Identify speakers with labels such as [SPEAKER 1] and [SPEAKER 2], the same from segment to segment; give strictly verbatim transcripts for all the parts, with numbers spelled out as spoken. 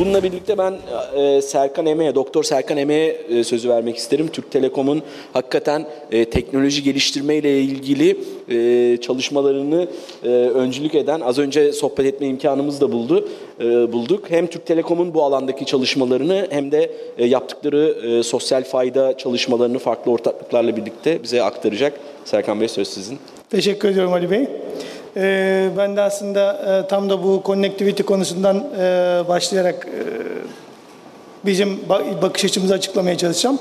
[SPEAKER 1] bununla birlikte ben e, Serkan Eme'ye, Doktor Serkan Eme'ye e, sözü vermek isterim. Türk Telekom'un hakikaten e, teknoloji geliştirme ile ilgili e, çalışmalarını e, öncülük eden, az önce sohbet etme imkanımız da buldu, e, bulduk. Hem Türk Telekom'un bu alandaki çalışmalarını hem de e, yaptıkları e, sosyal fayda çalışmalarını farklı ortaklıklarla birlikte bize aktaracak. Serkan Bey, söz sizin.
[SPEAKER 2] Teşekkür ediyorum Ali Bey. Ee, ben de aslında e, tam da bu connectivity konusundan e, başlayarak e, bizim bakış açımızı açıklamaya çalışacağım.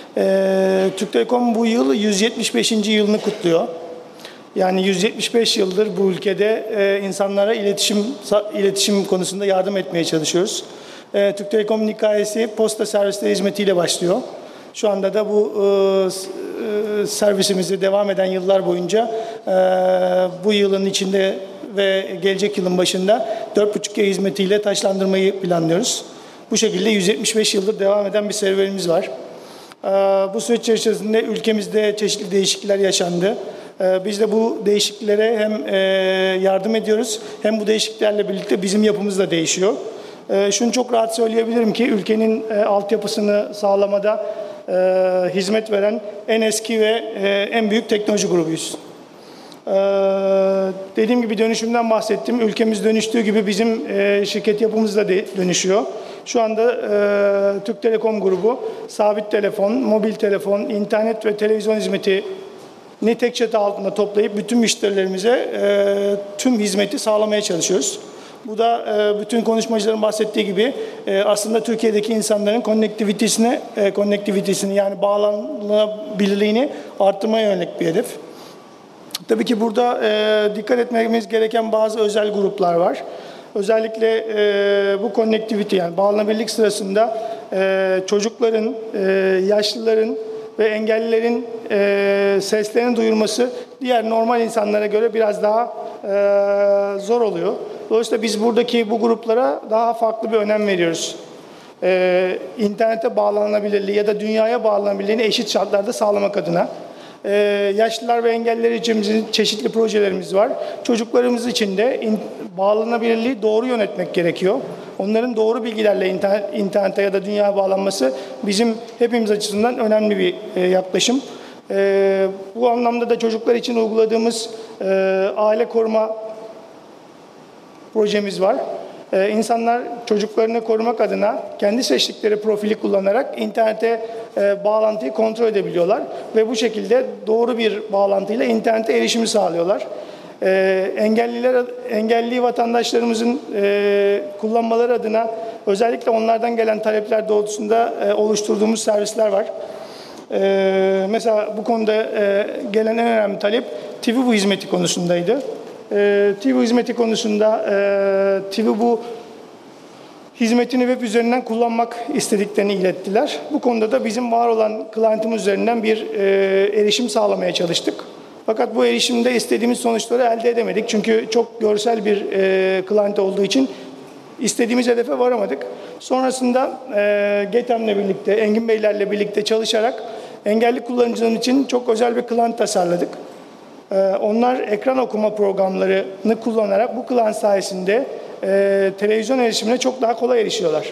[SPEAKER 2] E, Türk Telekom bu yıl yüz yetmiş beşinci yılını kutluyor. Yani yüz yetmiş beş yıldır bu ülkede e, insanlara iletişim iletişim konusunda yardım etmeye çalışıyoruz. E, Türk Telekom'un hikayesi posta servisleri hizmetiyle başlıyor. Şu anda da bu e, servisimizi devam eden yıllar boyunca e, bu yılın içinde ve gelecek yılın başında dört buçuk G hizmetiyle taşlandırmayı planlıyoruz. Bu şekilde yüz yetmiş beş yıldır devam eden bir serüvenimiz var. E, bu süreç içerisinde ülkemizde çeşitli değişiklikler yaşandı. E, biz de bu değişikliklere hem e, yardım ediyoruz hem bu değişikliklerle birlikte bizim yapımız da değişiyor. E, şunu çok rahat söyleyebilirim ki ülkenin e, altyapısını sağlamada e, hizmet veren en eski ve e, en büyük teknoloji grubuyuz. E, dediğim gibi dönüşümden bahsettim. Ülkemiz dönüştüğü gibi bizim e, şirket yapımız da de, dönüşüyor. Şu anda e, Türk Telekom grubu sabit telefon, mobil telefon, internet ve televizyon hizmeti ni tek çatı altında toplayıp bütün müşterilerimize e, tüm hizmeti sağlamaya çalışıyoruz. Bu da e, bütün konuşmacıların bahsettiği gibi e, aslında Türkiye'deki insanların connectivity'sini, e, connectivity'sini yani bağlanabilirliğini arttırmaya yönelik bir hedef. Tabii ki burada e, dikkat etmemiz gereken bazı özel gruplar var. Özellikle e, bu connectivity yani bağlanabilirlik sırasında e, çocukların, e, yaşlıların ve engellilerin e, seslerinin duyurması diğer normal insanlara göre biraz daha e, zor oluyor. Dolayısıyla biz buradaki bu gruplara daha farklı bir önem veriyoruz. Ee, internete bağlanabilirliği ya da dünyaya bağlanabilirliğini eşit şartlarda sağlamak adına. Ee, yaşlılar ve engelliler için çeşitli projelerimiz var. Çocuklarımız için de in, bağlanabilirliği doğru yönetmek gerekiyor. Onların doğru bilgilerle internet, internete ya da dünyaya bağlanması bizim hepimiz açısından önemli bir e, yaklaşım. E, bu anlamda da çocuklar için uyguladığımız e, aile koruma projemiz var. Ee, insanlar çocuklarını korumak adına kendi seçtikleri profili kullanarak internete e, bağlantıyı kontrol edebiliyorlar ve bu şekilde doğru bir bağlantıyla internete erişimi sağlıyorlar. Ee, engelliler, engelli vatandaşlarımızın e, kullanmaları adına özellikle onlardan gelen talepler doğrultusunda e, oluşturduğumuz servisler var. Ee, mesela bu konuda e, gelen en önemli talep T V bu hizmeti konusundaydı. E, T V hizmeti konusunda e, T V bu hizmetini web üzerinden kullanmak istediklerini ilettiler. Bu konuda da bizim var olan client'ımız üzerinden bir e, erişim sağlamaya çalıştık. Fakat bu erişimde istediğimiz sonuçları elde edemedik. Çünkü çok görsel bir e, client olduğu için istediğimiz hedefe varamadık. Sonrasında e, GETEM'le birlikte, Engin Beylerle birlikte çalışarak engelli kullanıcıların için çok özel bir client tasarladık. Onlar ekran okuma programlarını kullanarak bu client sayesinde e, televizyon erişimine çok daha kolay erişiyorlar.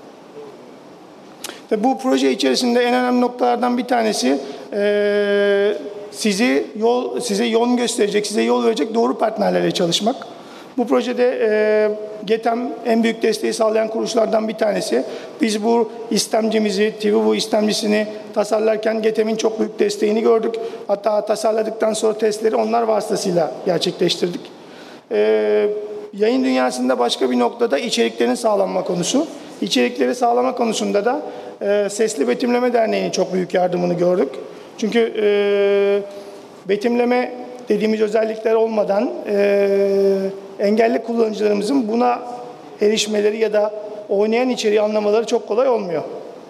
[SPEAKER 2] Ve bu proje içerisinde en önemli noktalardan bir tanesi e, sizi yol size yol gösterecek, size yol verecek doğru partnerlerle çalışmak. Bu projede e, GETEM en büyük desteği sağlayan kuruluşlardan bir tanesi. Biz bu istemcimizi, T V bu istemcisini tasarlarken GETEM'in çok büyük desteğini gördük. Hatta tasarladıktan sonra testleri onlar vasıtasıyla gerçekleştirdik. E, yayın dünyasında başka bir noktada içeriklerin sağlanma konusu. İçerikleri sağlama konusunda da e, Sesli Betimleme Derneği'nin çok büyük yardımını gördük. Çünkü e, betimleme dediğimiz özellikler olmadan e, engelli kullanıcılarımızın buna erişmeleri ya da oynayan içeriği anlamaları çok kolay olmuyor.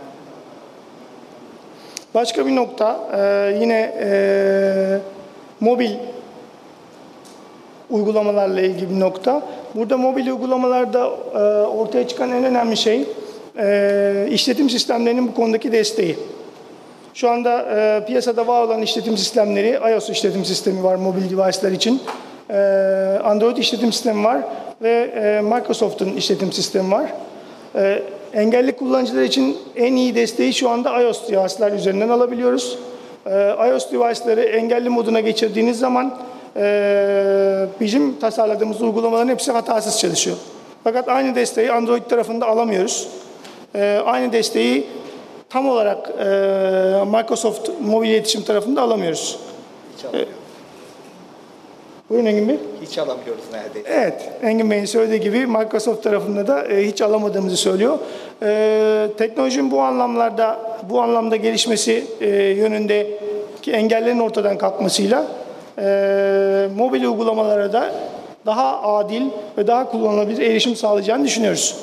[SPEAKER 2] Başka bir nokta e, yine e, mobil uygulamalarla ilgili bir nokta. Burada mobil uygulamalarda e, ortaya çıkan en önemli şey e, işletim sistemlerinin bu konudaki desteği. Şu anda e, piyasada var olan işletim sistemleri, iOS işletim sistemi var mobil device'lar için, e, Android işletim sistemi var ve e, Microsoft'un işletim sistemi var. Ee, engelli kullanıcılar için en iyi desteği şu anda iOS device'lar üzerinden alabiliyoruz. Ee, iOS device'ları engelli moduna geçirdiğiniz zaman e, bizim tasarladığımız uygulamaların hepsi hatasız çalışıyor. Fakat aynı desteği Android tarafında alamıyoruz. Ee, aynı desteği tam olarak e, Microsoft mobil iletişim tarafında alamıyoruz.
[SPEAKER 3] Hiç alamıyoruz.
[SPEAKER 2] Buyurun Engin Bey.
[SPEAKER 3] Hiç alamıyoruz neredeyse.
[SPEAKER 2] Evet, Engin Bey'in söylediği gibi Microsoft tarafında da e, hiç alamadığımızı söylüyor. E, teknolojinin bu anlamlarda, bu anlamda gelişmesi e, yönünde ki engellerin ortadan kalkmasıyla e, mobil uygulamalara da daha adil ve daha kullanılabilir erişim sağlayacağını düşünüyoruz.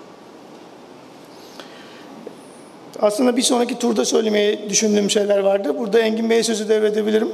[SPEAKER 2] Aslında bir sonraki turda söylemeyi düşündüğüm şeyler vardı. Burada Engin Bey'e sözü devredebilirim.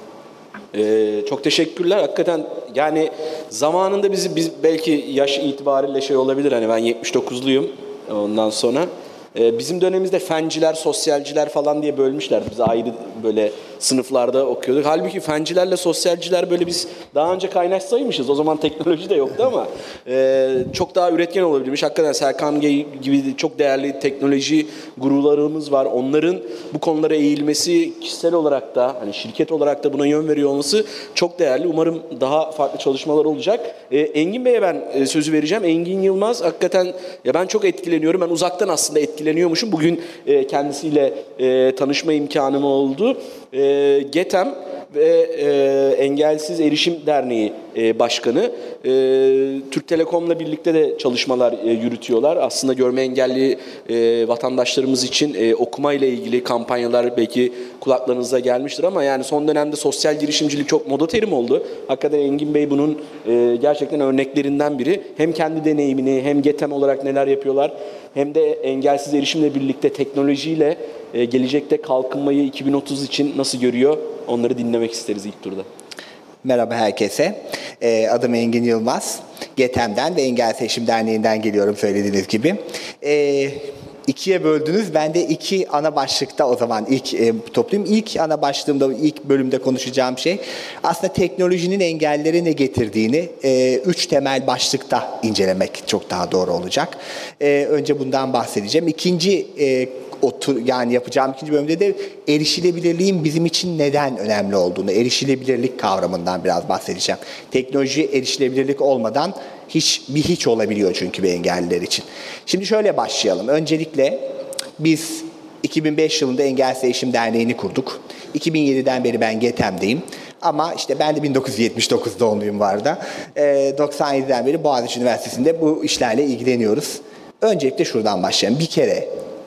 [SPEAKER 1] Ee, çok teşekkürler. Hakikaten yani zamanında bizi biz belki yaş itibariyle şey olabilir, hani ben yetmiş dokuzluyum ondan sonra. Ee, bizim dönemimizde fenciler, sosyalciler falan diye bölmüşler. Biz ayrı böyle sınıflarda okuyorduk. Halbuki fencilerle sosyalciler böyle biz daha önce kaynaşsaymışız. O zaman teknoloji de yoktu ama e, çok daha üretken olabilmiş. Hakikaten Serkan gibi çok değerli teknoloji gurularımız var. Onların bu konulara eğilmesi, kişisel olarak da hani şirket olarak da buna yön veriyor olması çok değerli. Umarım daha farklı çalışmalar olacak. E, Engin Bey'e ben e, sözü vereceğim. Engin Yılmaz hakikaten ya ben çok etkileniyorum. Ben uzaktan aslında etkileniyormuşum. Bugün e, kendisiyle e, tanışma imkanım oldu. E, GETEM ve e, Engelsiz Erişim Derneği e, Başkanı e, Türk Telekom'la birlikte de çalışmalar e, yürütüyorlar. Aslında görme engelli e, vatandaşlarımız için e, okuma ile ilgili kampanyalar belki kulaklarınıza gelmiştir ama yani son dönemde sosyal girişimcilik çok moda terim oldu. Hakikaten Engin Bey bunun e, gerçekten örneklerinden biri. Hem kendi deneyimini hem GETEM olarak neler yapıyorlar hem de engelsiz erişimle birlikte teknolojiyle e, gelecekte kalkınmayı iki bin otuz için nasıl görüyor? Onları dinlemek isteriz ilk turda.
[SPEAKER 3] Merhaba herkese. Ee, adım Engin Yılmaz. GETEM'den ve Engelsiz Erişim Derneği'nden geliyorum söylediğiniz gibi. Ee, ikiye böldünüz. Ben de iki ana başlıkta o zaman ilk e, toplayayım. İlk ana başlığımda, ilk bölümde konuşacağım şey aslında teknolojinin engellere ne getirdiğini e, üç temel başlıkta incelemek çok daha doğru olacak. E, önce bundan bahsedeceğim. İkinci e, Otur, yani yapacağım ikinci bölümde de erişilebilirliğin bizim için neden önemli olduğunu, erişilebilirlik kavramından biraz bahsedeceğim. Teknoloji erişilebilirlik olmadan hiç bir hiç olabiliyor çünkü bir engelliler için. Şimdi şöyle başlayalım. Öncelikle biz iki bin beş yılında Engelsiz Erişim Derneği'ni kurduk. iki bin yediden beri ben GETEM'deyim. Ama işte ben de bin dokuz yüz yetmiş dokuz doğumluyum bu arada. Ee, doksan yediden beri Boğaziçi Üniversitesi'nde bu işlerle ilgileniyoruz. Öncelikle şuradan başlayalım. Bir kere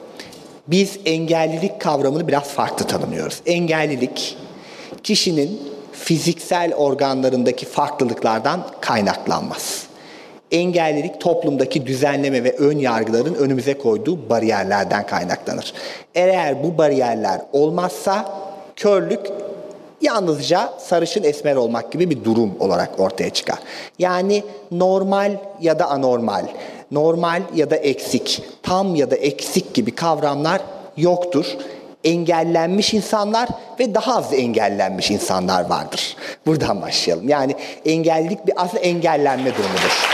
[SPEAKER 3] biz engellilik kavramını biraz farklı tanımlıyoruz. Engellilik, kişinin fiziksel organlarındaki farklılıklardan kaynaklanmaz. Engellilik toplumdaki düzenleme ve ön yargıların önümüze koyduğu bariyerlerden kaynaklanır. Eğer bu bariyerler olmazsa körlük yalnızca sarışın esmer olmak gibi bir durum olarak ortaya çıkar. Yani normal ya da anormal, normal ya da eksik, tam ya da eksik gibi kavramlar yoktur. Engellenmiş insanlar ve daha az engellenmiş insanlar vardır. Buradan başlayalım. Yani engellilik bir aslında engellenme durumudur.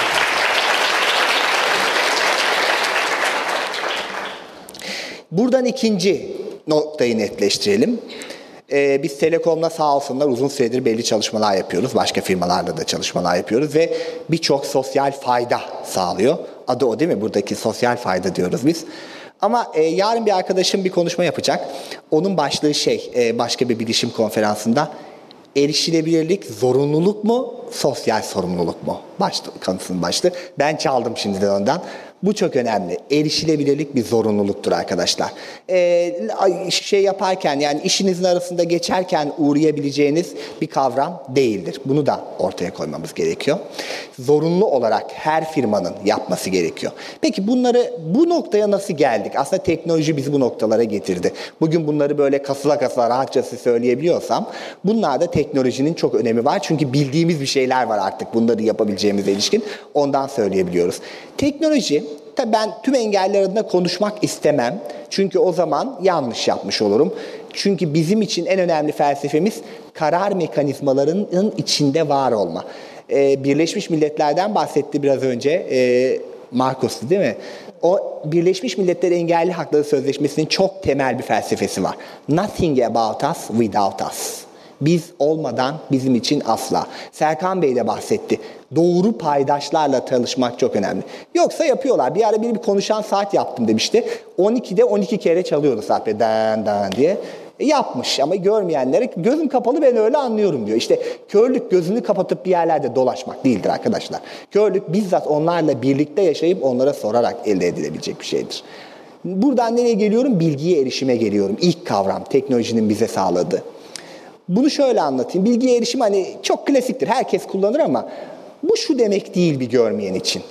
[SPEAKER 3] Buradan ikinci noktayı netleştirelim. Ee, biz Telekom'la sağ olsunlar uzun süredir belli çalışmalar yapıyoruz. Başka firmalarla da çalışmalar yapıyoruz ve birçok sosyal fayda sağlıyor. Adı o değil mi? Buradaki sosyal fayda diyoruz biz. Ama e, yarın bir arkadaşım bir konuşma yapacak. Onun başlığı şey, e, başka bir bilişim konferansında erişilebilirlik zorunluluk mu, sosyal sorumluluk mu? Başlığı, kanısının başlığı. Ben çaldım şimdiden ondan. Bu çok önemli. Erişilebilirlik bir zorunluluktur arkadaşlar. Ee, şey yaparken yani işinizin arasında geçerken uğrayabileceğiniz bir kavram değildir. Bunu da ortaya koymamız gerekiyor. Zorunlu olarak her firmanın yapması gerekiyor. Peki bunları bu noktaya nasıl geldik? Aslında teknoloji bizi bu noktalara getirdi. Bugün bunları böyle kasıla kasıla rahatça söyleyebiliyorsam bunlarda teknolojinin çok önemi var. Çünkü bildiğimiz bir şeyler var artık bunları yapabileceğimize ilişkin. Ondan söyleyebiliyoruz. Teknoloji, tabii ben tüm engelliler adına konuşmak istemem. Çünkü o zaman yanlış yapmış olurum. Çünkü bizim için en önemli felsefemiz karar mekanizmalarının içinde var olma. Ee, Birleşmiş Milletler'den bahsetti biraz önce. Ee, Marcos'tu değil mi? O Birleşmiş Milletler Engelli Hakları Sözleşmesi'nin çok temel bir felsefesi var. Nothing about us without us. Biz olmadan bizim için asla. Serkan Bey de bahsetti. Doğru paydaşlarla çalışmak çok önemli. Yoksa yapıyorlar. Bir ara biri bir konuşan saat yaptım demişti. on ikide on iki kere çalıyordu saat böyle dan dan diye. E yapmış ama görmeyenlere gözüm kapalı ben öyle anlıyorum diyor. İşte körlük gözünü kapatıp bir yerlerde dolaşmak değildir arkadaşlar. Körlük bizzat onlarla birlikte yaşayıp onlara sorarak elde edilebilecek bir şeydir. Buradan nereye geliyorum? Bilgiye erişime geliyorum. İlk kavram teknolojinin bize sağladığı. Bunu şöyle anlatayım. Bilgiye erişim hani çok klasiktir. Herkes kullanır ama bu şu demek değil bir görmeyen için.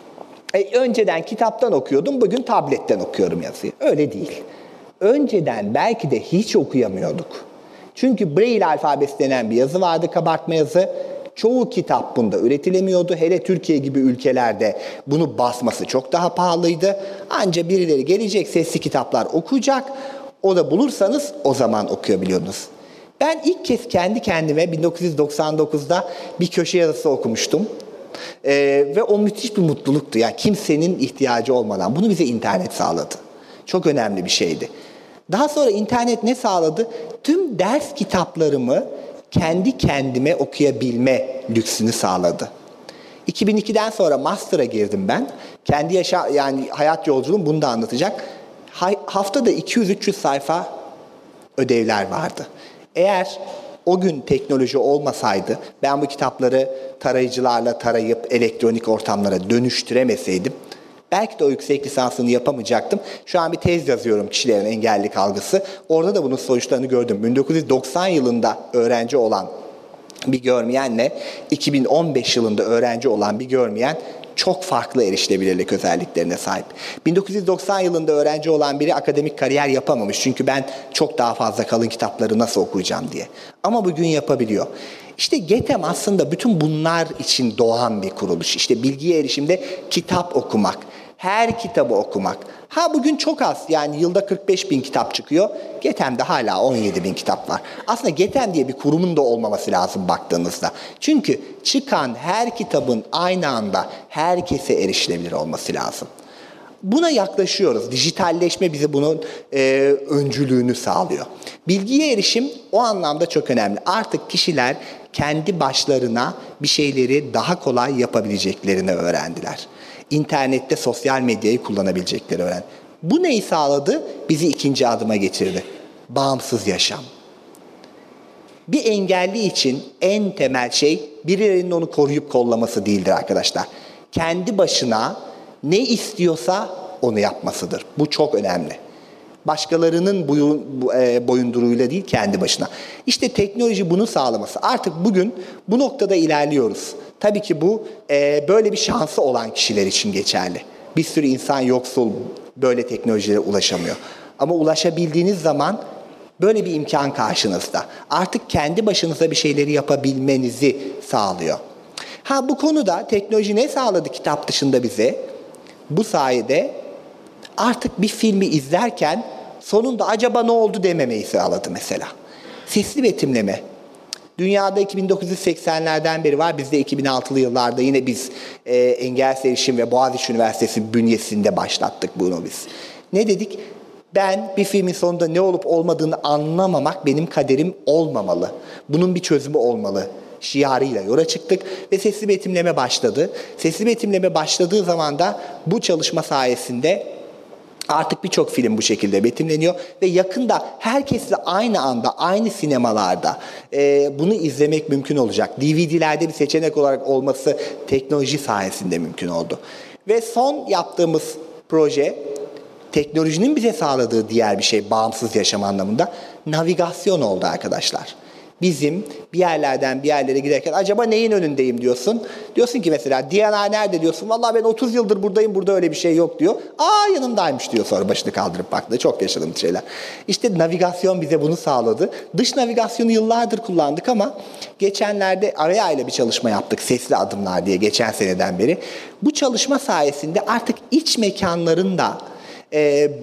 [SPEAKER 3] E, önceden kitaptan okuyordum, bugün tabletten okuyorum yazıyı. Öyle değil. Önceden belki de hiç okuyamıyorduk. Çünkü Braille alfabesi denen bir yazı vardı, kabartma yazı. Çoğu kitap bunda üretilemiyordu. Hele Türkiye gibi ülkelerde bunu basması çok daha pahalıydı. Ancak birileri gelecek, sesli kitaplar okuyacak. O da bulursanız o zaman okuyabiliyordunuz. Ben ilk kez kendi kendime bin dokuz yüz doksan dokuzda bir köşe yazısı okumuştum. Ee, ve o müthiş bir mutluluktu. Yani kimsenin ihtiyacı olmadan. Bunu bize internet sağladı. Çok önemli bir şeydi. Daha sonra internet ne sağladı? Tüm ders kitaplarımı kendi kendime okuyabilme lüksünü sağladı. iki bin ikiden sonra master'a girdim ben. Kendi yaşa yani hayat yolculuğum bunu da anlatacak. Ha haftada iki yüz üç yüz sayfa ödevler vardı. Eğer o gün teknoloji olmasaydı, ben bu kitapları tarayıcılarla tarayıp elektronik ortamlara dönüştüremeseydim, belki de o yüksek lisansını yapamayacaktım. Şu an bir tez yazıyorum, kişilerin engellilik algısı. Orada da bunun sonuçlarını gördüm. bin dokuz yüz doksan yılında öğrenci olan bir görmeyenle iki bin on beş yılında öğrenci olan bir görmeyen çok farklı erişilebilirlik özelliklerine sahip. bin dokuz yüz doksan yılında öğrenci olan biri akademik kariyer yapamamış. Çünkü ben çok daha fazla kalın kitapları nasıl okuyacağım diye. Ama bugün yapabiliyor. İşte GETEM aslında bütün bunlar için doğan bir kuruluş. İşte bilgiye erişimde kitap okumak, her kitabı okumak. Ha bugün çok az, yani yılda kırk beş bin kitap çıkıyor. GETEM'de hala on yedi bin kitap var. Aslında GETEM diye bir kurumun da olmaması lazım baktığınızda. Çünkü çıkan her kitabın aynı anda herkese erişilebilir olması lazım. Buna yaklaşıyoruz. Dijitalleşme bize bunun e, öncülüğünü sağlıyor. Bilgiye erişim o anlamda çok önemli. Artık kişiler kendi başlarına bir şeyleri daha kolay yapabileceklerini öğrendiler. İnternette sosyal medyayı kullanabilecekleri öğrendi. Bu neyi sağladı? Bizi ikinci adıma getirdi. Bağımsız yaşam. Bir engelli için en temel şey birilerinin onu koruyup kollaması değildir arkadaşlar. Kendi başına ne istiyorsa onu yapmasıdır. Bu çok önemli. Başkalarının boyun, e, boyunduruğuyla değil, kendi başına. İşte teknoloji bunu sağlaması. Artık bugün bu noktada ilerliyoruz. Tabii ki bu e, böyle bir şansı olan kişiler için geçerli. Bir sürü insan yoksul, böyle teknolojilere ulaşamıyor. Ama ulaşabildiğiniz zaman böyle bir imkan karşınızda. Artık kendi başınıza bir şeyleri yapabilmenizi sağlıyor. Ha bu konuda teknoloji ne sağladı kitap dışında bize? Bu sayede artık bir filmi izlerken sonunda acaba ne oldu dememeyi sağladı mesela. Sesli betimleme. Dünyada iki bin dokuz yüz seksenlerden beri var. Bizde iki bin altılı yıllarda yine biz e, Engelsiz Erişim ve Boğaziçi Üniversitesi bünyesinde başlattık bunu biz. Ne dedik? Ben bir filmin sonunda ne olup olmadığını anlamamak benim kaderim olmamalı. Bunun bir çözümü olmalı şiarıyla yola çıktık ve sesli betimleme başladı. Sesli betimleme başladığı zaman da bu çalışma sayesinde artık birçok film bu şekilde betimleniyor ve yakında herkesle aynı anda, aynı sinemalarda e, bunu izlemek mümkün olacak. D V D'lerde bir seçenek olarak olması teknoloji sayesinde mümkün oldu. Ve son yaptığımız proje, teknolojinin bize sağladığı diğer bir şey, bağımsız yaşam anlamında navigasyon oldu arkadaşlar. Bizim bir yerlerden bir yerlere giderken acaba neyin önündeyim diyorsun. Diyorsun ki mesela D N A nerede diyorsun. Vallahi ben otuz yıldır buradayım, burada öyle bir şey yok diyor. Aa yanımdaymış diyor, sonra başını kaldırıp baktı. Çok yaşadığım şeyler. İşte navigasyon bize bunu sağladı. Dış navigasyonu yıllardır kullandık ama geçenlerde Avea ile bir çalışma yaptık. Sesli adımlar diye, geçen seneden beri. Bu çalışma sayesinde artık iç mekanların da e,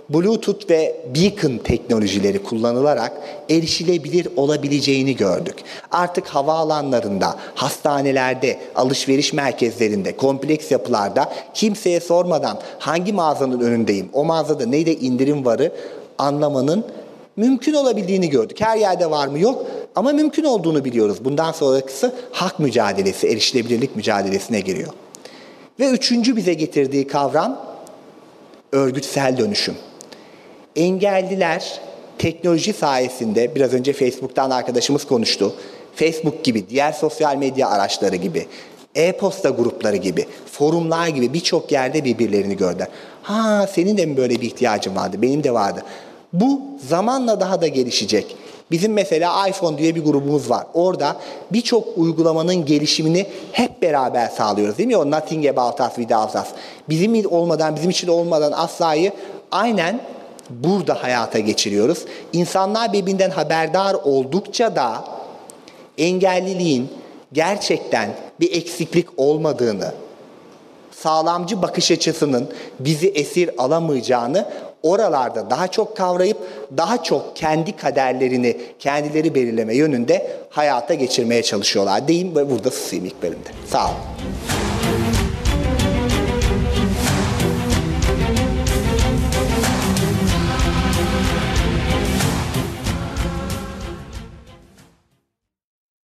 [SPEAKER 3] Bluetooth ve beacon teknolojileri kullanılarak erişilebilir olabileceğini gördük. Artık havaalanlarında, hastanelerde, alışveriş merkezlerinde, kompleks yapılarda kimseye sormadan hangi mağazanın önündeyim, o mağazada neyde indirim varı anlamanın mümkün olabildiğini gördük. Her yerde var mı yok ama mümkün olduğunu biliyoruz. Bundan sonrası hak mücadelesi, erişilebilirlik mücadelesine giriyor. Ve üçüncü bize getirdiği kavram örgütsel dönüşüm. Engelliler teknoloji sayesinde, biraz önce Facebook'tan arkadaşımız konuştu, Facebook gibi, diğer sosyal medya araçları gibi, e-posta grupları gibi, forumlar gibi birçok yerde birbirlerini gördüler. Ha, senin de mi böyle bir ihtiyacın vardı? Benim de vardı. Bu zamanla daha da gelişecek. Bizim mesela iPhone diye bir grubumuz var. Orada birçok uygulamanın gelişimini hep beraber sağlıyoruz, değil mi? O nothing about us without us. Bizim olmadan, bizim için olmadan aslayı aynen burada hayata geçiriyoruz. İnsanlar birbirinden haberdar oldukça da engelliliğin gerçekten bir eksiklik olmadığını, sağlamcı bakış açısının bizi esir alamayacağını oralarda daha çok kavrayıp daha çok kendi kaderlerini kendileri belirleme yönünde hayata geçirmeye çalışıyorlar diyeyim ve burada susayım ilk bölümde. Sağ olun.